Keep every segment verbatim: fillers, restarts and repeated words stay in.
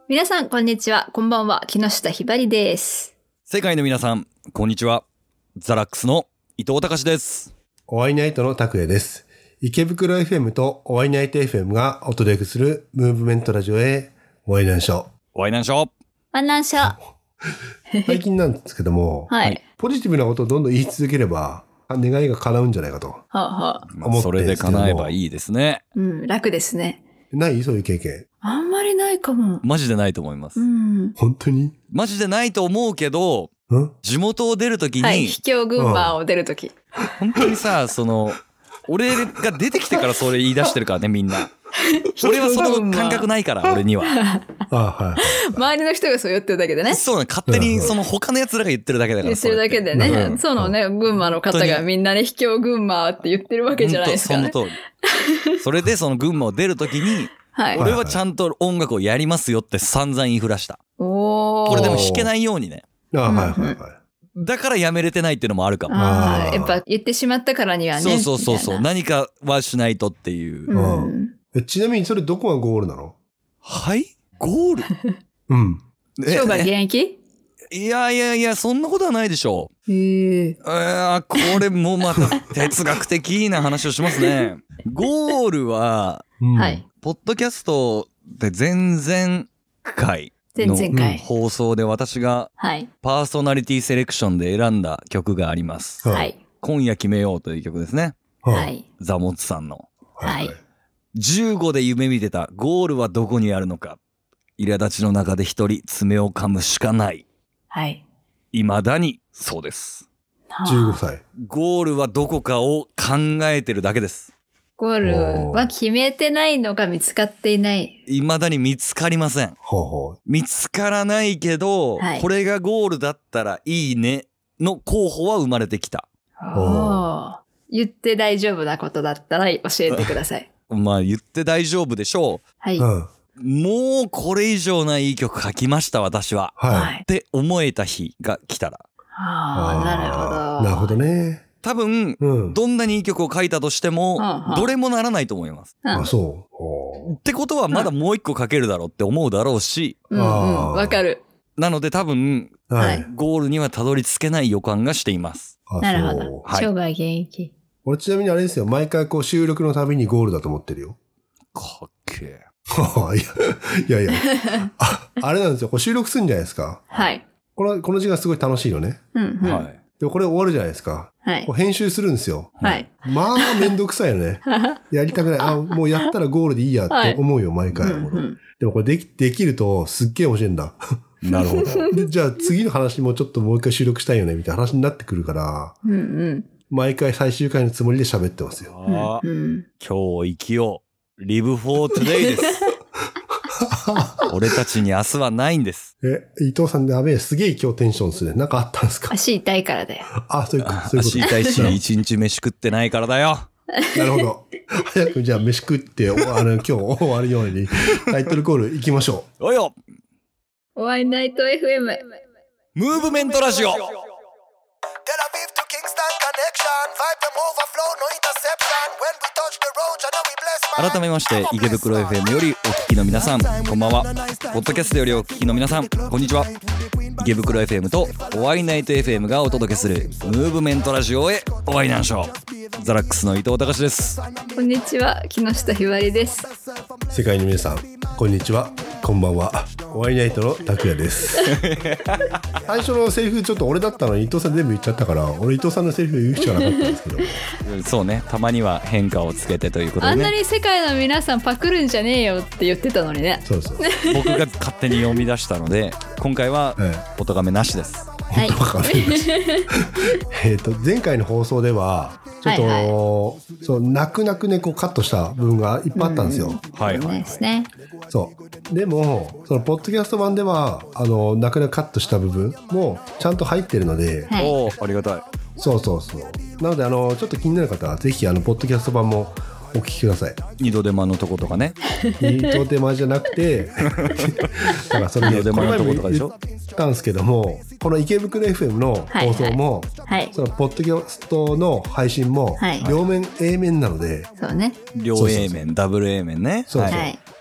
皆さんこんにちは、こんばんは、木下ひばりです。 世界の皆さんこんにちは、ザラックスの伊藤隆です。 おワイナイトの拓也です。池袋 エフエム とおワイナイト エフエム がお届けするムーブメントラジオへおワイナンショー。 おワイナンショー。 ワイナンショー。最近なんですけども、 はい、 ポジティブなことをどんどん言い続ければ願いが叶うんじゃないかと。 はあはあ、 まあ、それで叶えばいいですね。 うん、楽ですね。 ないそういう経験。 あんまりないかも。 マジでないと思います。 うん、 本当にマジでないと思うけど、地元を出るときに、はい、 秘境群馬を出るとき、 本当にさ、その俺が出てきてからそれ言い出してるからね、みんな。俺はその感覚ないから、俺には。 あ、はい、 周りの人がそう言ってるだけでね。 そうね、勝手にその他の奴らが言ってるだけだから。 言ってるだけでね。うん、そのね、群馬の方がみんなね、秘境群馬って言ってるわけじゃないですかね。 その通り。それでその群馬を出るときに、はい、俺はちゃんと音楽をやりますよって散々言いふらした。 おー。 これでも弾けないようにね。 あ、はいはいはい。 だからやめれてないっていうのもあるかも。 ああ、やっぱ言ってしまったからにはね。 そうそうそうそう。何かはしないとっていう。 うんうん、ちなみにそれどこがゴールなの？ はいゴールうん。 生涯現役？ いやいやいや、そんなことはないでしょう。 へえ。 あ、これもまた哲学的な話をしますね。ゴールは、 うん、はい。 ポッドキャストで前々回の放送で私がパーソナリティセレクションで選んだ曲があります。 はい。 今夜決めようという曲ですね。 はい。 ザモツさんの。 はい。 じゅうごで夢見てたゴールはどこにあるのか。苛立ちの中で一人爪を噛むしかない。 はい。 未だにそうです。 じゅうごさい。 ゴールはどこかを考えてるだけです。 ゴールは決めてないのが見つかっていない。 未だに見つかりません。 ほうほう。 見つからないけど、はい、これがゴールだったらいいねの候補は生まれてきた。 お言って大丈夫なことだったら教えてください。 まあ言って大丈夫でしょう。 はい。 うんもうこれ以上ないい曲書きました私は、 はい、 って思えた日が来たら。 ああ、なるほど。 なるほどね。 多分、うん、どんなにいい曲を書いたとしても、うん、どれもならないと思います。 うん、 あ、そう。 ってことはまだもう一個書けるだろうって思うだろうし。 うんうん、わかる。 なので多分、はい、ゴールにはたどり着けない予感がしています。 なるほど。はい、生涯現役。 俺ちなみにあれですよ。毎回こう収録のたびにゴールだと思ってるよ。 かっけえ。 いやいやいやあ、あれなんですよ。こう収録するんじゃないですか。 はい。 この、この時間すごい楽しいのね。 うんうん、 はい。 でもこれ終わるじゃないですか。 はい。 こう編集するんですよ。 はい。 まあ、めんどくさいよね。やりたくない。あ、もうやったらゴールでいいやって思うよ、毎回。うんうん、でもこれでき、できるとすっげえ面白いんだ。 なるほど。 でじゃあ次の話もちょっともう一回収録したいよね、みたいな話になってくるから。 うんうん。 毎回最終回のつもりで喋ってますよ。 あ、うんうん、今日生きよう。Live for today です。俺たちに明日はないんです。 え、伊藤さんでやべえ、すげえ今日テンションするね。なんかあったんですか？ 足痛いからだよ。 あ、そういうこと。そういうこと足痛いし、一日飯食ってないからだよ。 なるほど。早くじゃあ飯食って、あの、今日終わるようにタイトルコール行きましょう。およ。 ワイナイト エフエム。 ムーブメントラジオ。改めまして池袋 エフエム よりお聞きの皆さんこんばんは。ポッドキャストよりお聞きの皆さんこんにちは。池袋 エフエム とおワイナイト エフエム がお届けするムーブメントラジオへおワイナンショー。ザラックスの伊藤隆です。 こんにちは、木下ひばりです。 世界の皆さんこんにちは、こんばんは。おワイナイトの拓也です。最初のセリフちょっと俺だったのに伊藤さん全部言っちゃったから、俺伊藤さんのセリフ言うしかなかったんですけどそうね、たまには変化をつけてということでね。 あんなに世界の皆さんパクるんじゃねえよって言ってたのにね。 そうそう僕が勝手に読み出したので今回はお咎めなしです。 はい、 えっと前回の放送ではちょっと、はいはい、そう泣く泣くねこうカットした部分がいっぱいあったんですよ。 うん、はいはい。 ですね。 そうでもそのポッドキャスト版ではあの泣く泣くカットした部分もちゃんと入ってるので、 はい、おありがたい。 そうそうそう。なのであのちょっと気になる方はぜひあのポッドキャスト版もお聞きください。 二度手間のとことかね。 二度手間じゃなくてだからそれで、ね、この前も言ったんですけども、この池袋 エフエム の放送も、はいはい、そのポッドキャストの配信も、はい、両面 A 面なので、 そうね、 両 A 面ダブル A 面ね。 そうそう、 はい、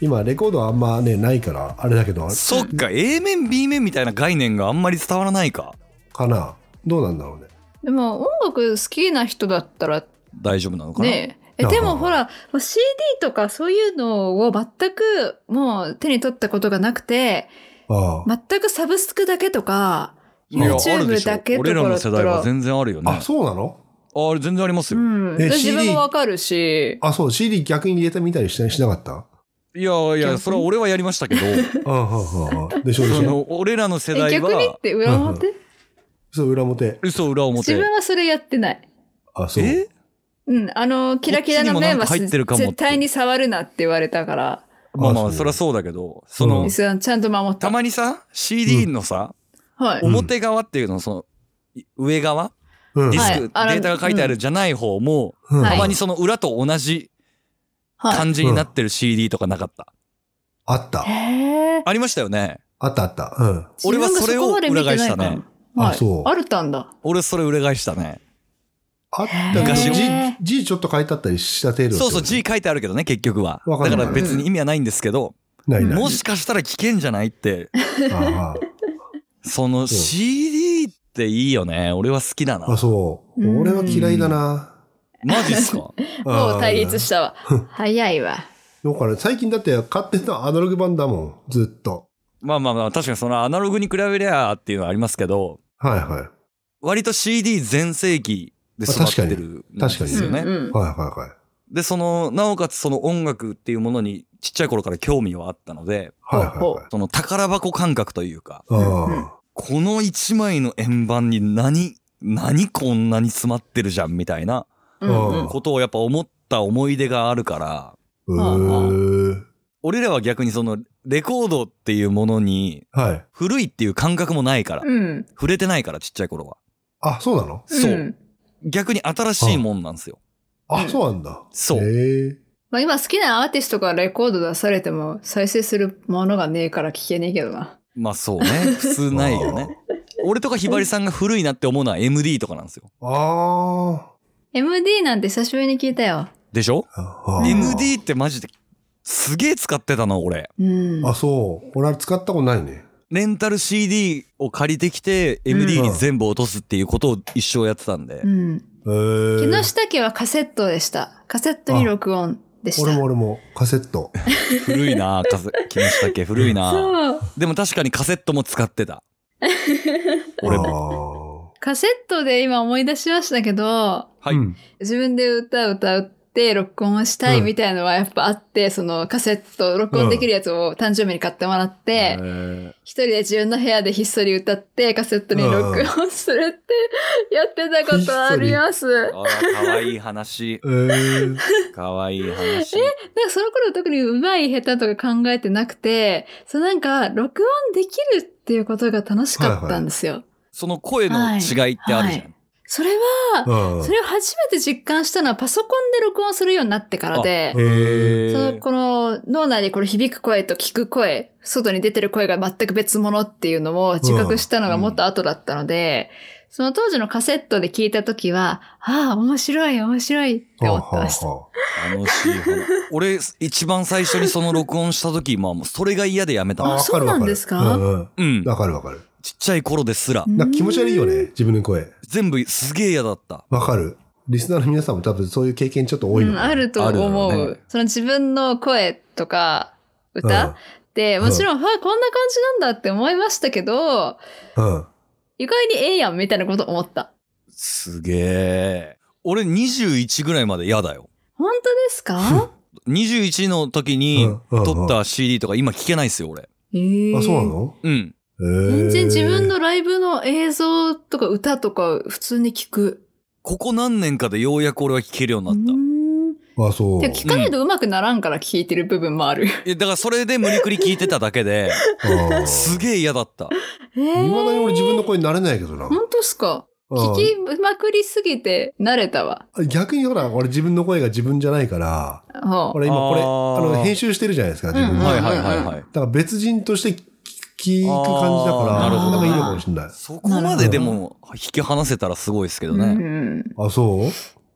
今レコードはあんまねないからあれだけど。 そっか A 面 B 面みたいな概念があんまり伝わらないかかな。どうなんだろうね。 でも音楽好きな人だったら大丈夫なのかな。 ねえ、でもほら シーディー とかそういうのを全くもう手に取ったことがなくて、ああ全くサブスクだけとか YouTube だけとかだったら、俺らの世代は全然あるよね。 あ、そうなの？ あれ全然ありますよ。 うん、え自分もわかるし。 あ、そう シーディー 逆に入れてみたりしな、しなかった？ いやいや、それは俺はやりましたけど。ああああでしょでしょ。俺らの世代は逆にって裏表？ そう裏表。 嘘裏表。 自分はそれやってない。 あ、そう。 え？うん、あのキラキラの面は絶対に触るなって言われたから。 まあまあそりゃそうだけど、その、うん、 ちゃんと守った。 たまにさ シーディー のさ、うんはい、表側っていうのその上側、うん、ディスク、はい、データが書いてあるじゃない方も、うん、たまにその裏と同じ感じになってる シーディー とかなかった？ あった。 ありましたよね。 あったあった。うん。 俺はそれを裏返したね。 はい、あ、そう。あるたんだ。 俺それ裏返したね。 あった昔 G, G ちょっと書いてあったりした程度。 そうそう G 書いてあるけどね結局は。だから別に意味はないんですけど、うん、もしかしたら危険じゃないって。あその シーディー っていいよね。俺は好きだな。 あ、そう。俺は嫌いだな。 マジっすか？ もう対立したわ。早いわ。 だから最近だって買ってたアナログ版だもんずっと。 まあまあまあ確かにそのアナログに比べりゃっていうのはありますけど。 はいはい。 割と シーディー 全盛期で育ってるんですよね。はいはいはい。 で、その、なおかつその音楽っていうものにちっちゃい頃から興味はあったので、 はいはいはい、 その宝箱感覚というか、この一枚の円盤に何、何こんなに詰まってるじゃんみたいなことをやっぱ思った思い出があるから、俺らは逆にそのレコードっていうものに古いっていう感覚もないから、うん、触れてないからちっちゃい頃は。 あ、そうなの？ そう。うん、逆に新しいもんなんですよ。 あ、そうなんだ。 そう。 へまあ、今好きなアーティストがレコード出されても再生するものがねえから聞けねえけどな。 まあそうね。普通ないよね。俺とかひばりさんが古いなって思うのは エムディー とかなんですよ。 ああ。 エムディー なんて久しぶりに聞いたよ。 でしょ？ エムディー ってマジですげえ使ってたの俺。 うん、 あ、そう。俺は使ったことないね。 レンタル シーディー を借りてきて エムディー に全部落とすっていうことを一生やってたんで。 うん木下家はカセットでした。カセットに録音でした。 俺も俺もカセット。 古いなカセ木下家古いなそうでも確かにカセットも使ってた。俺も。 カセットで今思い出しましたけど、 はい、 自分で歌歌うって録音したいみたいなのはやっぱあって、うん、そのカセット録音できるやつを誕生日に買ってもらって、うん、一人で自分の部屋でひっそり歌ってカセットに録音するってやってたことあります。 あら、かわいい話。えー、かわいい話。え、なんかその頃特に上手い下手とか考えてなくて、そうなんか録音できるっていうことが楽しかったんですよ。はいはい、 その声の違いってあるじゃん。はいはい、 それは、それを初めて実感したのはパソコンで録音するようになってからで、そのこの脳内でこれ響く声と聞く声、外に出てる声が全く別物っていうのを自覚したのがもっと後だったので、うん、その当時のカセットで聞いたときは、ああ、面白い、面白いって思ってました。はあはあ、楽しい。俺、一番最初にその録音したとき、まあもうそれが嫌でやめたの。 あ、そうなんですか？ うん。わかるわかる。 ちっちゃい頃ですら。 なんか気持ち悪いよね、自分の声。 全部すげえ嫌だった。 わかる。リスナーの皆さんも多分そういう経験ちょっと多いのかな、 うん、あると思う、ね。その自分の声とか歌、うん、で、もちろん、うん、はあ、こんな感じなんだって思いましたけど、うん、意外にええやんみたいなこと思った。 すげえ。俺にじゅういちぐらいまで嫌だよ。 本当ですか？ にじゅういちの時に撮った シーディー とか今聞けないっすよ、俺。 えー、 あ、そうなの？ うん。 全然自分のライブの映像とか歌とか普通に聞く。 ここ何年かでようやく俺は聞けるようになった。 うーんあ、そう。 で聞かないと上手くならんから聞いてる部分もある。 いや、だからそれで無理くり聞いてただけで、すげえ嫌だった。 えー、 未だに俺自分の声になれないけどな。 本当っすか？聞きまくりすぎて慣れたわ。 逆にほら、俺自分の声が自分じゃないから、俺今これ、あの、編集してるじゃないですか、自分で。 はいはいはいはい。 だから別人として聞く感じだから、 なるほど、 なんかいいのかもしれない。 そこまででも引き離せたらすごいですけどね。 うん、あ、そう？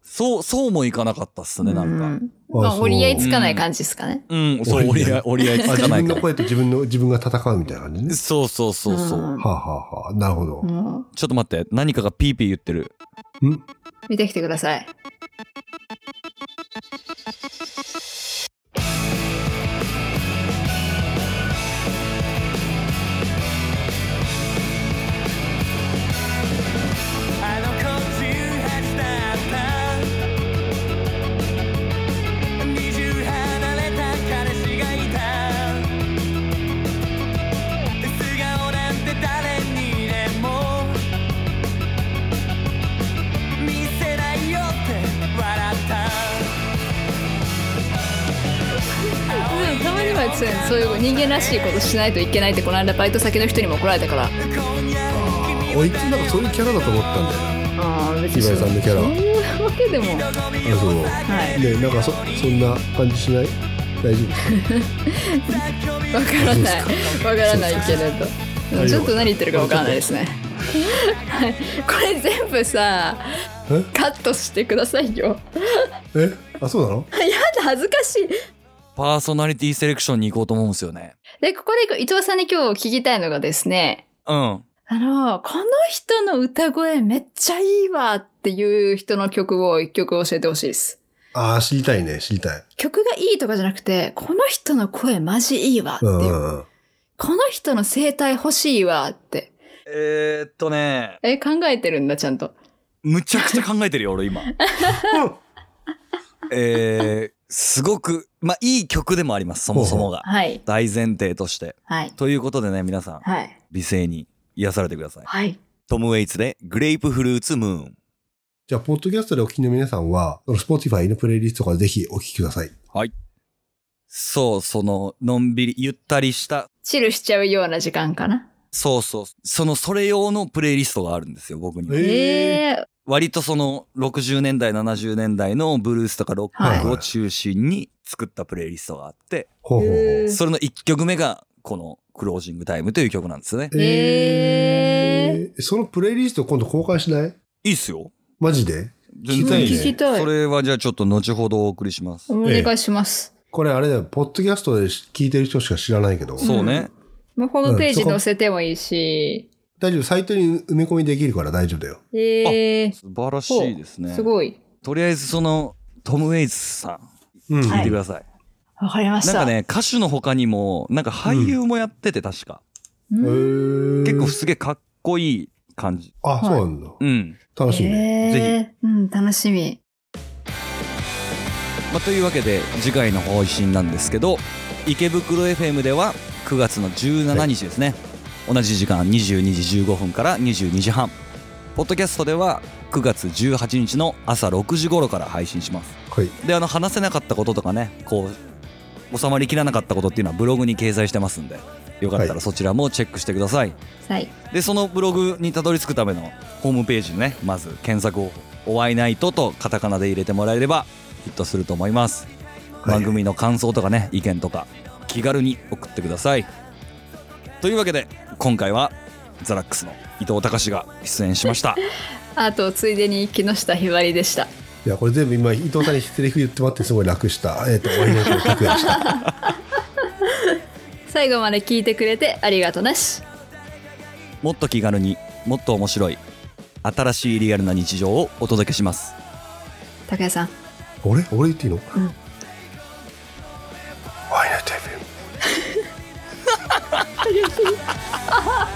そうそうもいかなかったっすね、なんか、うん、 まあ、折り合いつかない感じですかね。 うん、うん、そう折り合い折り合いつかないか。 自分の声と自分の自分が戦うみたいな感じね。 そうそうそうそう。うん、 はあ、はあはあ、なるほど、うん。 ちょっと待って、何かがピーピー言ってる。 ん？ 見てきてください。そういう人間らしいことしないといけないってこの間バイト先の人にも怒られたから。ああ、 おいつなんかそういうキャラだと思ったんだよ。 ああ、別に岩井さんのキャラ。 そういうわけでも。 あ、そう。はい。ね、なんかそそんな感じしない？大丈夫ですか？ わからない。わからないけれど。ちょっと何言ってるかわからないですね。はい。これ全部さ、カットしてくださいよ。 え？あ、そうなの？ やだ、恥ずかしい。 パーソナリティセレクションに行こうと思うんですよね。 で、ここで伊藤さんに今日聞きたいのがですね。 うん。 あの、この人の歌声めっちゃいいわっていう人の曲を一曲教えてほしいです。 ああ、知りたいね、知りたい。 曲がいいとかじゃなくて、この人の声マジいいわっていう。うんうん、この人の声帯欲しいわって。 えーっとね。 え、考えてるんだ、ちゃんと。 むちゃくちゃ考えてるよ、俺今。えー、すごく、まあ、いい曲でもあります、そもそもが。 はい。 大前提として。 はい。 ということでね、皆さん。 はい。 美声に癒されてください。 はい。 トム・ウェイツで、グレープフルーツ・ムーン。 じゃあ、ポッドキャストでお聞きの皆さんは、Spotify のプレイリストからぜひお聞きください。 はい。そう、その、のんびり、ゆったりした。 チルしちゃうような時間かな。 そうそう。その、それ用のプレイリストがあるんですよ、僕には。 えー。 割とそのろくじゅうねんだいななじゅうねんだいのブルースとかロックを中心に作ったプレイリストがあって、はい、それのいっきょくめがこのクロージングタイムという曲なんですね。 えー、そのプレイリスト今度公開しない？ いいっすよ。 マジで？ 全然いい、ね。 聞きたい。 それはじゃあちょっと後ほどお送りします。 お願いします。 ええ、これあれだよ、ポッドキャストで聞いてる人しか知らないけど。 そうね。 うん、ホームページ載せてもいいし。 大丈夫、サイトに埋め込みできるから大丈夫だよ。 えー、 素晴らしいですね。 すごい。 とりあえずそのトム・ウェイズさん、うん、聞いてください。わ、 はい、かりました。 なんかね、歌手の他にもなんか俳優もやってて確か、うん、結構すげえかっこいい感じ。 あ、そうなんだ。 うん。 楽しみ、 えー、 ぜひ。うん、楽しみ。 まあ、というわけで次回の配信なんですけど、池袋 エフエム ではくがつのじゅうしちにちですね。はい、同じ時間にじゅうにじじゅうごふんからにじゅうにじはん。ポッドキャストではくがつじゅうはちにちの朝ろくじ頃から配信します。 はい、 で、あの話せなかったこととかね、こう収まりきらなかったことっていうのはブログに掲載してますんで、よかったらそちらもチェックしてください。 はい。で、 そのブログにたどり着くためのホームページにね、まず検索をお会いナイトとカタカナで入れてもらえればヒットすると思います。はい、番組の感想とかね、意見とか気軽に送ってください。というわけで今回はザラックスの伊藤隆が出演しました。 あとついでに木下ひばりでした。 いや、これ全部今伊藤さんにセリフ言ってもらってすごい楽した。えっと、おいなと拓也でした。 最後まで聞いてくれてありがとなし。 もっと気軽にもっと面白い新しいリアルな日常をお届けします。 拓也さん。 俺俺言っていいの？うん。 ワイナイト エフエム。